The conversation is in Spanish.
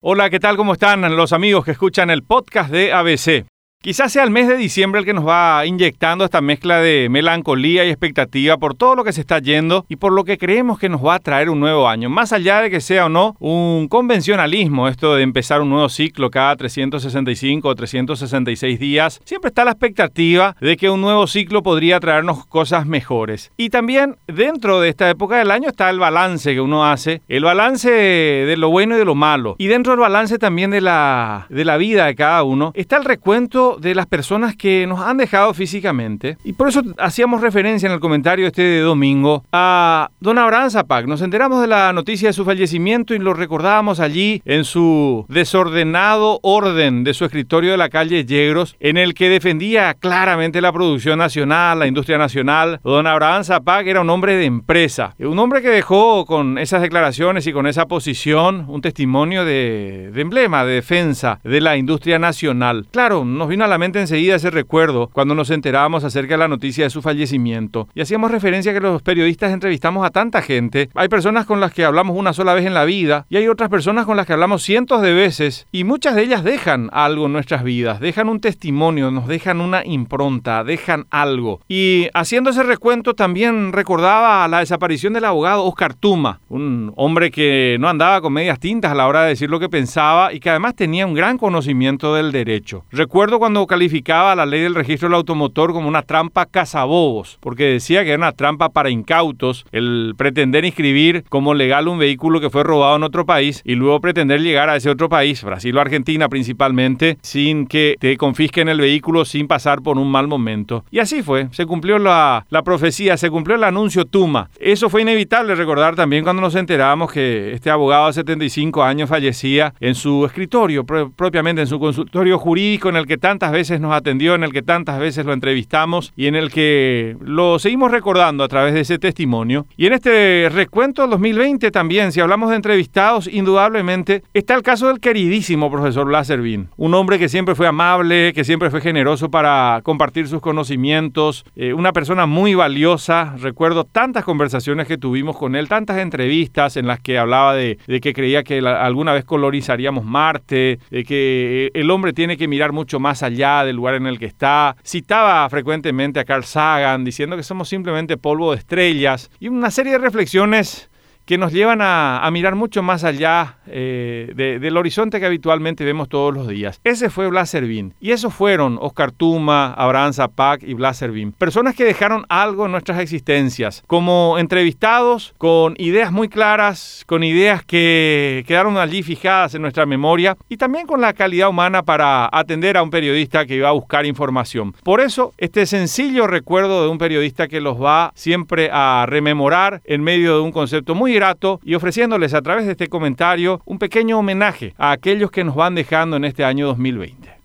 Hola, ¿qué tal? ¿Cómo están los amigos que escuchan el podcast de ABC? Quizás sea el mes de diciembre el que nos va inyectando esta mezcla de melancolía y expectativa por todo lo que se está yendo y por lo que creemos que nos va a traer un nuevo año. Más allá de que sea o no un convencionalismo, esto de empezar un nuevo ciclo cada 365 o 366 días, siempre está la expectativa de que un nuevo ciclo podría traernos cosas mejores. Y también dentro de esta época del año está el balance que uno hace, el balance de lo bueno y de lo malo. Y dentro del balance también de la vida de cada uno está el recuento de las personas que nos han dejado físicamente, y por eso hacíamos referencia en el comentario este de domingo a don Abraham Zapac. Nos enteramos de la noticia de su fallecimiento y lo recordábamos allí en su desordenado orden de su escritorio de la calle Yegros, en el que defendía claramente la producción nacional, la industria nacional. Don Abraham Zapac era un hombre de empresa, un hombre que dejó con esas declaraciones y con esa posición un testimonio de emblema, de defensa de la industria nacional. Claro, nos vino a la mente enseguida ese recuerdo cuando nos enterábamos acerca de la noticia de su fallecimiento y hacíamos referencia a que los periodistas entrevistamos a tanta gente. Hay personas con las que hablamos una sola vez en la vida y hay otras personas con las que hablamos cientos de veces, y muchas de ellas dejan algo en nuestras vidas, dejan un testimonio, nos dejan una impronta, dejan algo. Y haciendo ese recuento también recordaba la desaparición del abogado Oscar Tuma, un hombre que no andaba con medias tintas a la hora de decir lo que pensaba y que además tenía un gran conocimiento del derecho. Recuerdo cuando calificaba la ley del registro del automotor como una trampa cazabobos, porque decía que era una trampa para incautos el pretender inscribir como legal un vehículo que fue robado en otro país y luego pretender llegar a ese otro país, Brasil o Argentina principalmente, sin que te confisquen el vehículo, sin pasar por un mal momento. Y así fue, se cumplió la profecía, se cumplió el anuncio Tuma. Eso fue inevitable recordar también cuando nos enterábamos que este abogado de 75 años fallecía en su escritorio, propiamente en su consultorio jurídico, en el que tantas veces nos atendió, en el que tantas veces lo entrevistamos y en el que lo seguimos recordando a través de ese testimonio. Y en este recuento 2020 también, si hablamos de entrevistados, indudablemente está el caso del queridísimo profesor Blas Servín, un hombre que siempre fue amable, que siempre fue generoso para compartir sus conocimientos, una persona muy valiosa. Recuerdo tantas conversaciones que tuvimos con él, tantas entrevistas en las que hablaba de que creía que alguna vez colonizaríamos Marte, de que el hombre tiene que mirar mucho más allá del lugar en el que está. Citaba frecuentemente a Carl Sagan diciendo que somos simplemente polvo de estrellas, y una serie de reflexiones que nos llevan a mirar mucho más allá del horizonte que habitualmente vemos todos los días. Ese fue Blas Servín. Y esos fueron Oscar Tuma, Abraham Zapac y Blas Servín. Personas que dejaron algo en nuestras existencias, como entrevistados, con ideas muy claras, con ideas que quedaron allí fijadas en nuestra memoria, y también con la calidad humana para atender a un periodista que iba a buscar información. Por eso, este sencillo recuerdo de un periodista que los va siempre a rememorar en medio de un concepto muy grato, y ofreciéndoles a través de este comentario un pequeño homenaje a aquellos que nos van dejando en este año 2020.